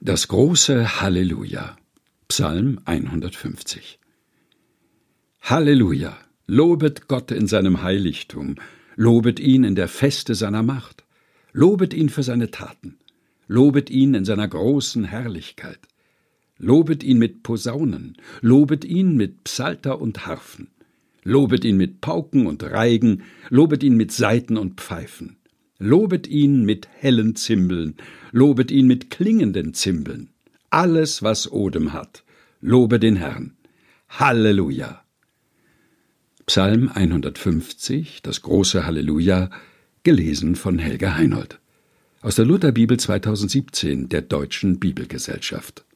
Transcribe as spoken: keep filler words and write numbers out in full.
Das große Halleluja. Psalm hundertfünfzig. Halleluja! Lobet Gott in seinem Heiligtum, lobet ihn in der Feste seiner Macht, lobet ihn für seine Taten, lobet ihn in seiner großen Herrlichkeit, lobet ihn mit Posaunen, lobet ihn mit Psalter und Harfen, lobet ihn mit Pauken und Reigen, lobet ihn mit Saiten und Pfeifen, lobet ihn mit hellen Zimbeln, lobet ihn mit klingenden Zimbeln. Alles, was Odem hat, lobe den Herrn. Halleluja! Psalm hundertfünfzig, das große Halleluja, gelesen von Helga Heinold. Aus der Lutherbibel zweitausendsiebzehn der Deutschen Bibelgesellschaft.